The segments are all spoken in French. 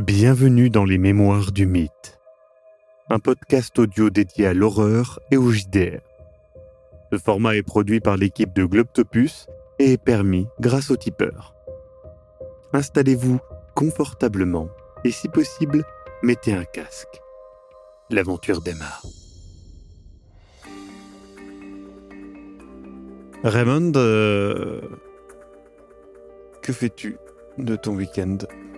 Bienvenue dans les Mémoires du Mythe, un podcast audio dédié à l'horreur et au JDR. Ce format est produit par l'équipe de Globtopus et est permis grâce au tipeur. Installez-vous confortablement et si possible, mettez un casque. L'aventure démarre. Raymond, que fais-tu de ton week-end ?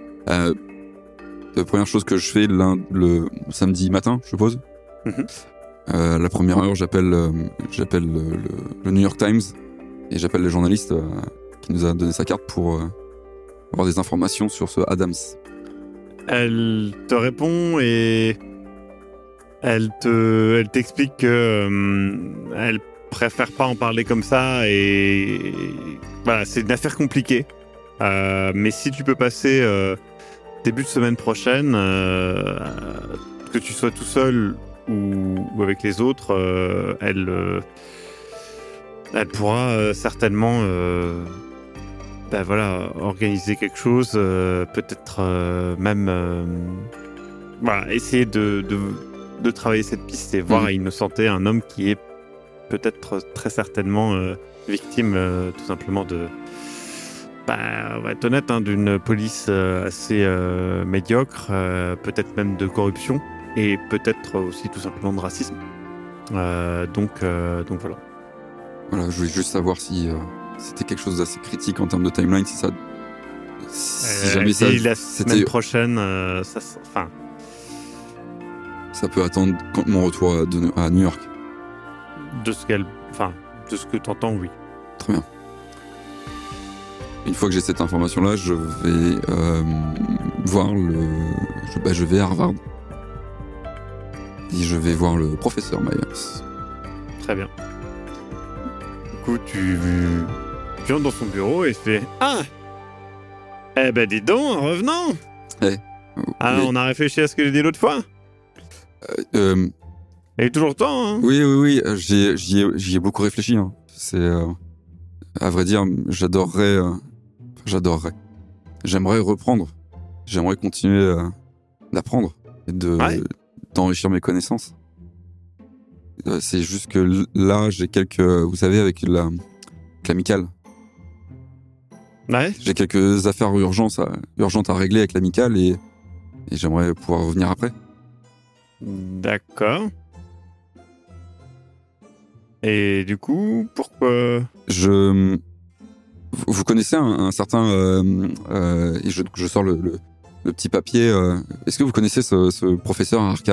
La première chose que je fais le samedi matin, je suppose. La première heure, j'appelle le New York Times et j'appelle le journaliste qui nous a donné sa carte pour avoir des informations sur ce Adams. Elle te répond et elle t'explique que elle préfère pas en parler comme ça et voilà, c'est une affaire compliquée. Mais si tu peux passer début de semaine prochaine, que tu sois tout seul ou avec les autres, elle pourra certainement organiser quelque chose, peut-être même essayer de travailler cette piste et voir à innocenter un homme qui est peut-être très certainement victime tout simplement de... on va être honnête, d'une police assez médiocre, peut-être même de corruption, et peut-être aussi tout simplement de racisme. Donc voilà. Voilà, je voulais juste savoir si c'était quelque chose d'assez critique en termes de timeline, si jamais ça... La semaine prochaine, ça peut attendre mon retour à New York. De ce que t'entends, oui. Très bien. Une fois que j'ai cette information-là, je vais je vais à Harvard. Et je vais voir le professeur Myers. Très bien. Du coup, tu entres dans son bureau et il fait « Ah ! Eh ben dis donc, en revenant !» On a réfléchi à ce que j'ai dit l'autre fois. Il est toujours temps, hein. Oui, j'y ai beaucoup réfléchi. Hein. C'est... à vrai dire, j'adorerais... J'aimerais reprendre. J'aimerais continuer d'apprendre et d'enrichir mes connaissances. C'est juste que là, j'ai quelques... Vous savez, avec l'amicale. Ouais. J'ai quelques affaires urgentes à régler avec l'amicale et j'aimerais pouvoir revenir après. D'accord. Et du coup, pourquoi... Vous connaissez un certain... et je sors le petit papier. Est-ce que vous connaissez ce professeur à Arkham ?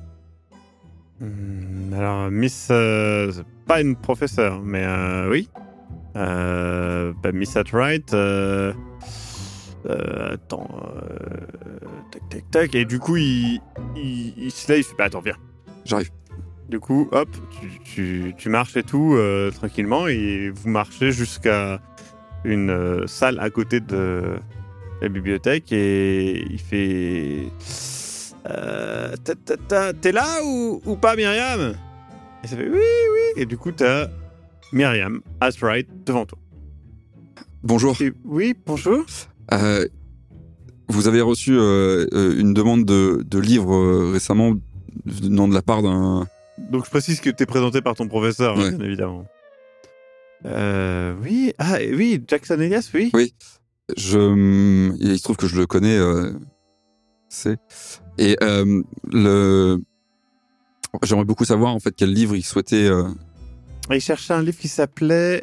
Alors, c'est pas une professeure, mais oui. Miss Atwright... attends... tac. Et du coup, il se lève, il fait... attends, viens. J'arrive. Du coup, hop, tu marches et tout, tranquillement, et vous marchez jusqu'à une salle à côté de la bibliothèque, et il fait... T'es là ou pas, Myriam ? Et ça fait oui. Et du coup, t'as Myriam Atwright devant toi. Bonjour. Oui, bonjour. Vous avez reçu une demande de livre récemment venant de la part d'un... Donc je précise que t'es présenté par ton professeur, ouais. Bien évidemment. Oui. Ah oui, Jackson Elias, oui. Oui. Il se trouve que je le connais. Et j'aimerais beaucoup savoir en fait quel livre il souhaitait. Il cherchait un livre qui s'appelait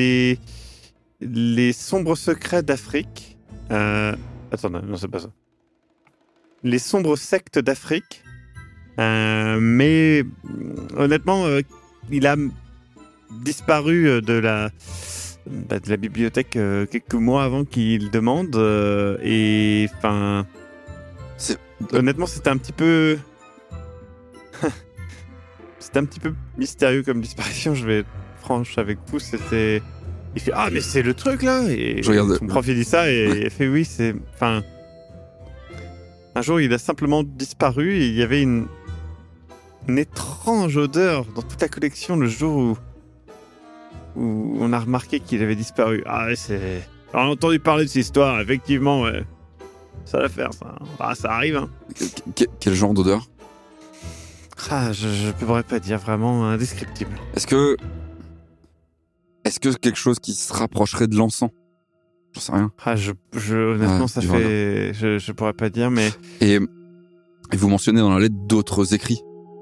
Les sombres secrets d'Afrique. Attends, non, c'est pas ça. Les sombres sectes d'Afrique. Mais honnêtement, il a disparu de la bibliothèque quelques mois avant qu'il demande. Et enfin, honnêtement, c'était un petit peu mystérieux comme disparition. Je vais être franche avec vous. Il fait mais c'est le truc là. Et son prof il dit ça et il fait oui, c'est enfin. Un jour, il a simplement disparu et il y avait une étrange odeur dans toute la collection le jour où on a remarqué qu'il avait disparu. Ah ouais, c'est... On a entendu parler de cette histoire, effectivement, ouais. Ça va faire, ça. Ah, ça arrive, hein. Quel genre d'odeur? Ah, je pourrais pas dire, vraiment indescriptible. Est-ce que quelque chose qui se rapprocherait de l'encens? J'en sais rien. Ah, honnêtement, ça fait... Je pourrais pas dire, mais... Et vous mentionnez dans la lettre d'autres écrits?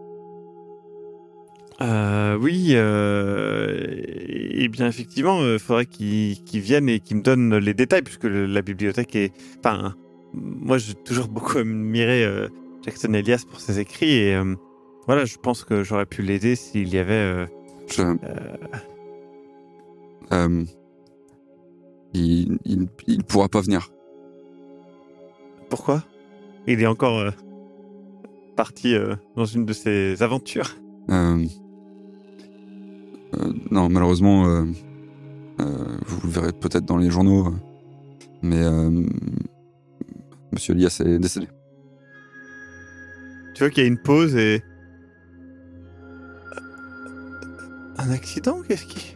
Oui, et bien effectivement, il faudrait qu'ils viennent et qu'ils me donnent les détails, puisque la bibliothèque est... Enfin, moi, j'ai toujours beaucoup admiré Jackson Elias pour ses écrits, et voilà, je pense que j'aurais pu l'aider s'il y avait... Il pourra pas venir. Pourquoi? Il est encore parti dans une de ses aventures. Non, malheureusement, vous le verrez peut-être dans les journaux, mais Monsieur Elias est décédé. Tu vois qu'il y a une pause et... Un accident? Qu'est-ce qui...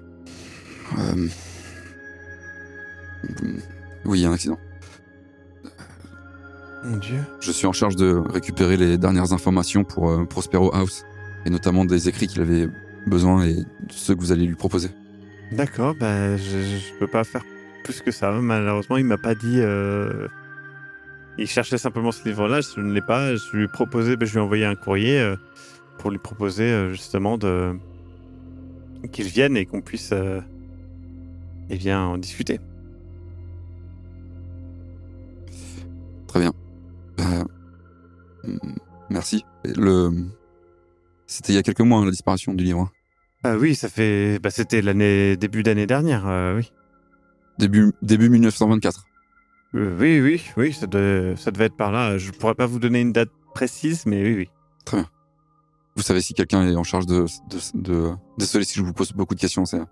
Oui, un accident. Mon Dieu. Je suis en charge de récupérer les dernières informations pour Prospero House, et notamment des écrits qu'il avait besoin et ceux que vous allez lui proposer. D'accord, bah je peux pas faire plus que ça. Malheureusement, il m'a pas dit... Il cherchait simplement ce livre-là, je ne l'ai pas. Je lui ai proposé, je lui ai envoyé un courrier pour lui proposer justement qu'il vienne et qu'on puisse en discuter. Très bien. Merci. C'était il y a quelques mois, la disparition du livre. Ah oui, ça fait... c'était début d'année dernière, oui. Début 1924. Oui, ça devait être par là. Je pourrais pas vous donner une date précise, mais oui. Très bien. Vous savez si quelqu'un est en charge de... Désolé si je vous pose beaucoup de questions, c'est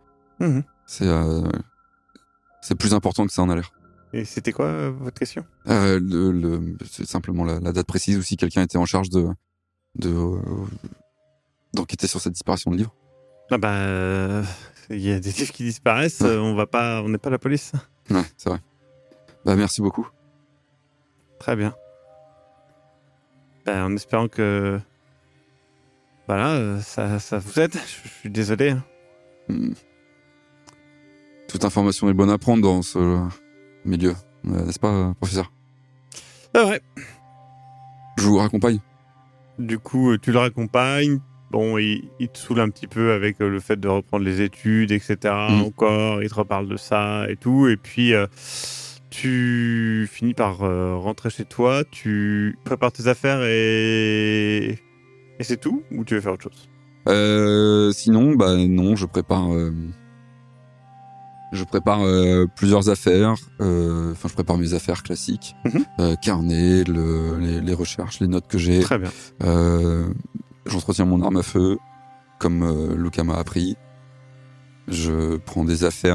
plus important que ça en a l'air. Et c'était quoi votre question? C'est simplement la date précise, ou si quelqu'un était en charge d'enquêter sur cette disparition de livre. Ah il y a des livres qui disparaissent, ouais. On n'est pas la police. Ouais, c'est vrai. Merci beaucoup. Très bien. En espérant que... Voilà, ça vous aide. Je suis désolé. Hein. Toute information est bonne à prendre dans ce milieu, n'est-ce pas, professeur? C'est vrai. Je vous raccompagne. Du coup, tu le raccompagnes. Bon, il te saoule un petit peu avec le fait de reprendre les études, etc. Encore, il te reparle de ça et tout. Et puis, tu finis par rentrer chez toi, tu prépares tes affaires et c'est tout? Ou tu veux faire autre chose? Sinon, non, je prépare plusieurs affaires. Je prépare mes affaires classiques. Carnet, les recherches, les notes que j'ai. Très bien. J'entretiens mon arme à feu, comme Luca m'a appris. Je prends des affaires...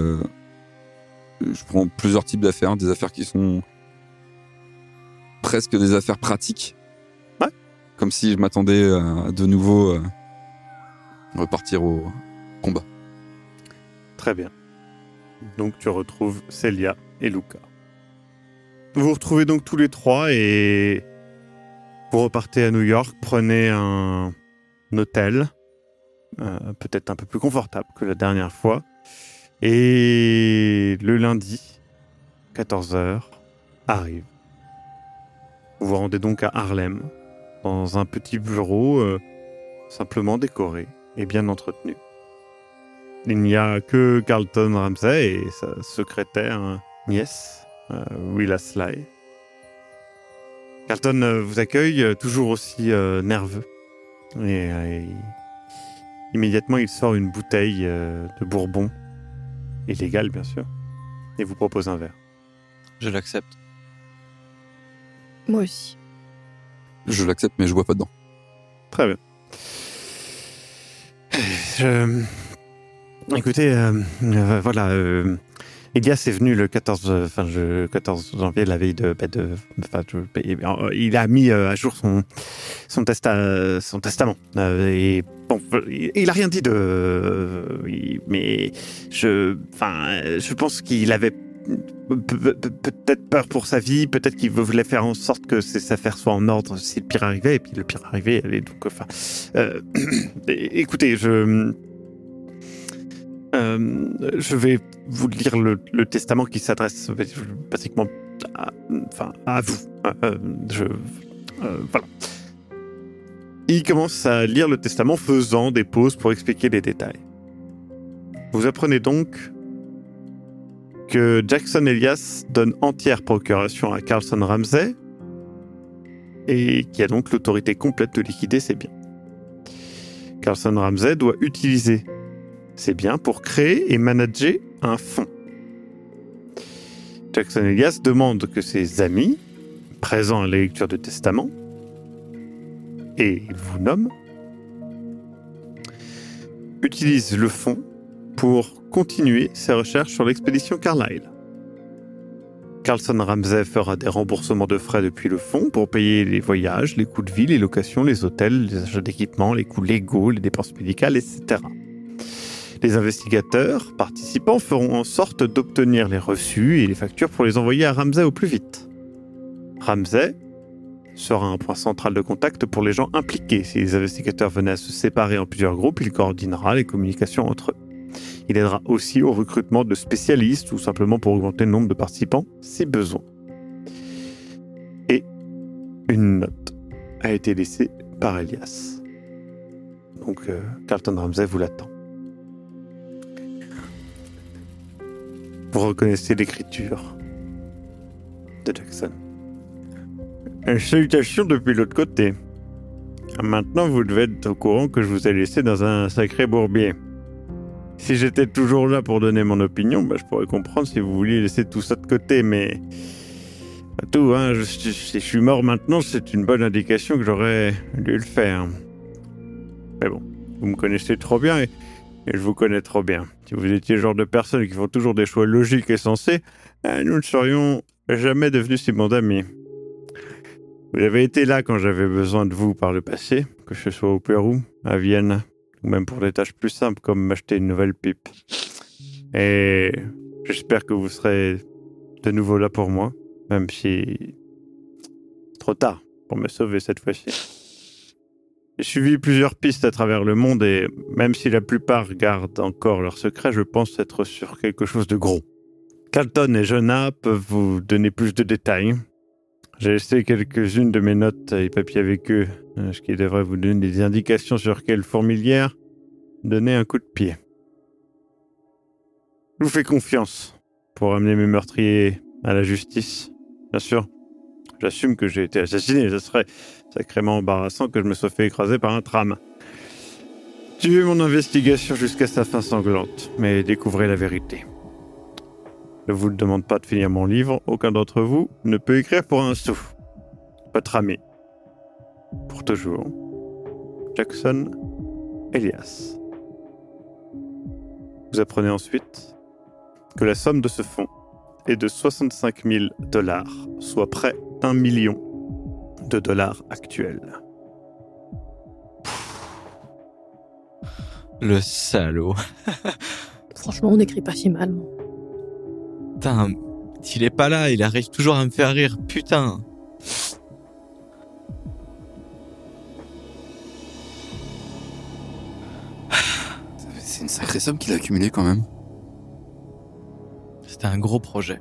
je prends plusieurs types d'affaires. Des affaires qui sont presque des affaires pratiques. Ouais. Comme si je m'attendais à de nouveau repartir au combat. Très bien. Donc tu retrouves Celia et Luca. Vous vous retrouvez donc tous les trois et vous repartez à New York, prenez un hôtel, peut-être un peu plus confortable que la dernière fois. Et le lundi, 14h, arrive. Vous vous rendez donc à Harlem, dans un petit bureau simplement décoré et bien entretenu. Il n'y a que Carlton Ramsay et sa secrétaire nièce, Willa Sly. Carlton vous accueille, toujours aussi nerveux. Et immédiatement, il sort une bouteille de bourbon, illégale bien sûr, et vous propose un verre. Je l'accepte. Moi aussi. Je l'accepte, mais je bois pas dedans. Très bien. Écoutez, voilà, Elias est venu le 14 janvier, la veille il a mis à jour son testament. Et bon, il a rien dit mais je pense qu'il avait peut-être peur pour sa vie, peut-être qu'il voulait faire en sorte que ses affaires soient en ordre si le pire arrivait, et puis le pire arrivait, allez, donc, écoutez, je vais vous lire le testament qui s'adresse basiquement à vous. Voilà. Il commence à lire le testament faisant des pauses pour expliquer les détails. Vous apprenez donc que Jackson Elias donne entière procuration à Carlson Ramsay et qui a donc l'autorité complète de liquider ses biens. Carlson Ramsay doit utiliser ses biens pour créer et manager un fonds. Jackson Elias demande que ses amis, présents à la lecture du testament, et il vous nomme, utilisent le fonds pour continuer ses recherches sur l'expédition Carlyle. Carlson Ramsay fera des remboursements de frais depuis le fonds pour payer les voyages, les coûts de vie, les locations, les hôtels, les achats d'équipements, les coûts légaux, les dépenses médicales, etc. Les investigateurs participants feront en sorte d'obtenir les reçus et les factures pour les envoyer à Ramsay au plus vite. Ramsay sera un point central de contact pour les gens impliqués. Si les investigateurs venaient à se séparer en plusieurs groupes, il coordonnera les communications entre eux. Il aidera aussi au recrutement de spécialistes ou simplement pour augmenter le nombre de participants si besoin. Et une note a été laissée par Elias. Donc Carlton Ramsay vous l'attend. Vous reconnaissez l'écriture de Jackson. Salutations depuis l'autre côté. Maintenant, vous devez être au courant que je vous ai laissé dans un sacré bourbier. Si j'étais toujours là pour donner mon opinion, je pourrais comprendre si vous vouliez laisser tout ça de côté, mais... Tout, si je suis mort maintenant, c'est une bonne indication que j'aurais dû le faire. Mais bon, vous me connaissez trop bien et je vous connais trop bien. Si vous étiez le genre de personne qui font toujours des choix logiques et sensés, nous ne serions jamais devenus si bons amis. Vous avez été là quand j'avais besoin de vous par le passé, que ce soit au Pérou, à Vienne, ou même pour des tâches plus simples comme m'acheter une nouvelle pipe. Et j'espère que vous serez de nouveau là pour moi, même si c'est trop tard pour me sauver cette fois-ci. J'ai suivi plusieurs pistes à travers le monde et même si la plupart gardent encore leurs secrets, je pense être sur quelque chose de gros. Carlton et Jonah peuvent vous donner plus de détails. J'ai laissé quelques-unes de mes notes et papiers avec eux, ce qui devrait vous donner des indications sur quelle fourmilière donner un coup de pied. Je vous fais confiance pour amener mes meurtriers à la justice. Bien sûr, j'assume que j'ai été assassiné. Ce serait sacrément embarrassant que je me sois fait écraser par un tram. Suivez mon investigation jusqu'à sa fin sanglante, mais découvrez la vérité. Je ne vous demande pas de finir mon livre, aucun d'entre vous ne peut écrire pour un sou. Votre ami. Pour toujours. Jackson Elias. Vous apprenez ensuite que la somme de ce fonds est de $65 000, soit près d'1 million de dollars actuels. Le salaud. Franchement, on n'écrit pas si mal. Putain, s'il est pas là, il arrive toujours à me faire rire, putain. C'est une sacrée somme qu'il a accumulée quand même. C'était un gros projet.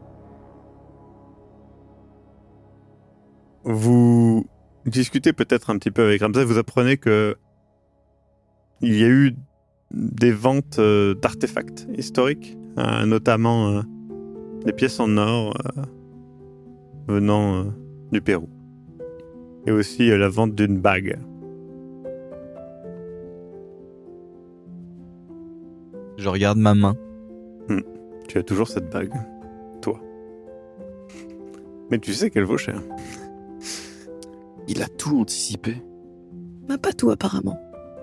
Vous discutez peut-être un petit peu avec Ramsay, vous apprenez que il y a eu des ventes d'artefacts historiques, notamment des pièces en or venant du Pérou. Et aussi la vente d'une bague. Je regarde ma main. Tu as toujours cette bague, toi. Mais tu sais qu'elle vaut cher. Il a tout anticipé. Bah, pas tout, apparemment.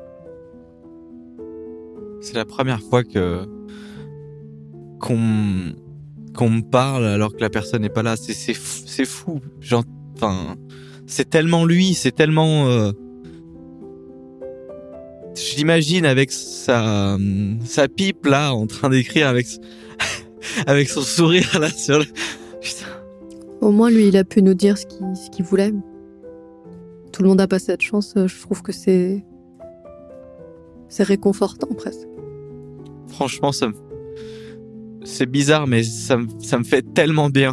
C'est la première fois qu'on me parle alors que la personne n'est pas là. C'est fou. Enfin, c'est tellement lui, c'est tellement... Je l'imagine avec sa pipe là, en train d'écrire avec avec son sourire là sur le... Putain. Au moins, lui, il a pu nous dire ce qu'il voulait. Tout le monde a pas cette chance. Je trouve que c'est réconfortant, presque. Franchement, c'est bizarre, mais ça me fait tellement bien.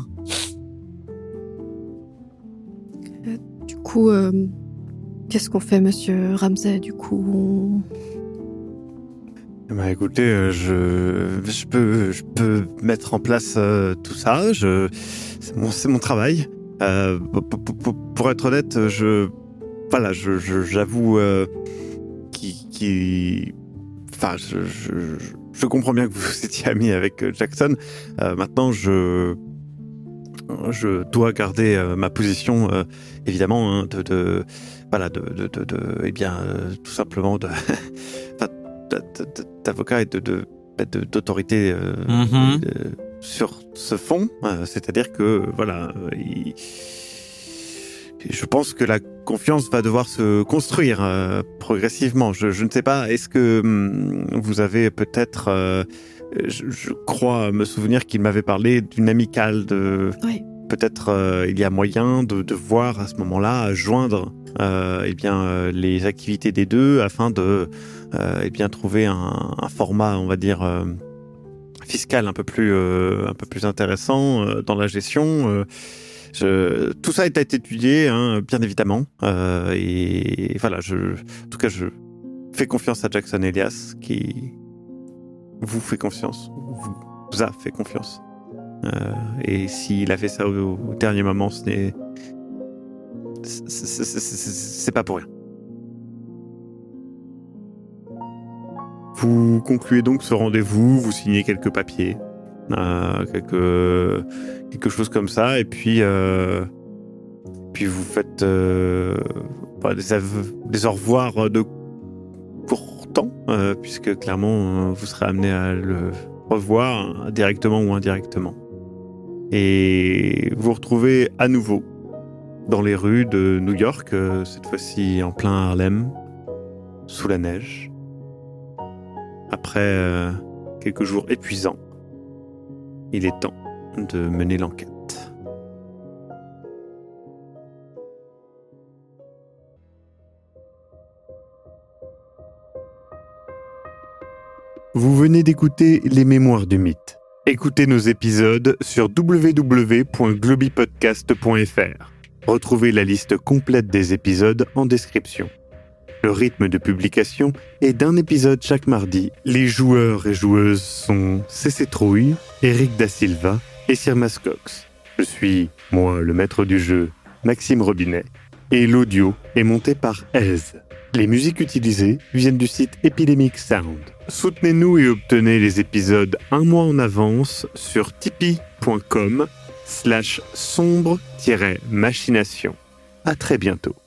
Du coup, qu'est-ce qu'on fait, monsieur Ramsay? Du coup, Bah écoutez, je peux mettre en place tout ça. C'est mon travail. Pour être honnête, j'avoue je comprends bien que vous étiez ami avec Jackson. Maintenant, je dois garder ma position, évidemment, hein, tout simplement d'avocat et d'autorité sur ce fond. C'est-à-dire que, je pense que la confiance va devoir se construire progressivement. Je ne sais pas, est-ce que vous avez peut-être... je crois me souvenir qu'il m'avait parlé d'une amicale de... Oui. Peut-être il y a moyen de voir à ce moment-là joindre les activités des deux afin de trouver un format, on va dire, fiscal un peu plus intéressant dans la gestion. Tout ça est étudié, hein, bien évidemment. En tout cas, je fais confiance à Jackson Elias qui vous fait confiance, vous a fait confiance. Et s'il a fait ça au dernier moment, c'est pas pour rien. Vous concluez donc ce rendez-vous, vous signez quelques papiers, quelque chose comme ça, et puis vous faites des au revoir de court temps, puisque clairement vous serez amené à le revoir directement ou indirectement. Et vous vous retrouvez à nouveau dans les rues de New York, cette fois-ci en plein Harlem, sous la neige. Après quelques jours épuisants, il est temps de mener l'enquête. Vous venez d'écouter Les Mémoires du Mythe. Écoutez nos épisodes sur www.globipodcast.fr. Retrouvez la liste complète des épisodes en description. Le rythme de publication est d'un épisode chaque mardi. Les joueurs et joueuses sont CC Trouille, Eric Da Silva et Sir Mascox. Je suis, moi, le maître du jeu, Maxime Robinet, et l'audio est monté par Ez. Les musiques utilisées viennent du site Epidemic Sound. Soutenez-nous et obtenez les épisodes un mois en avance sur tipeee.com/sombre-machination. À très bientôt.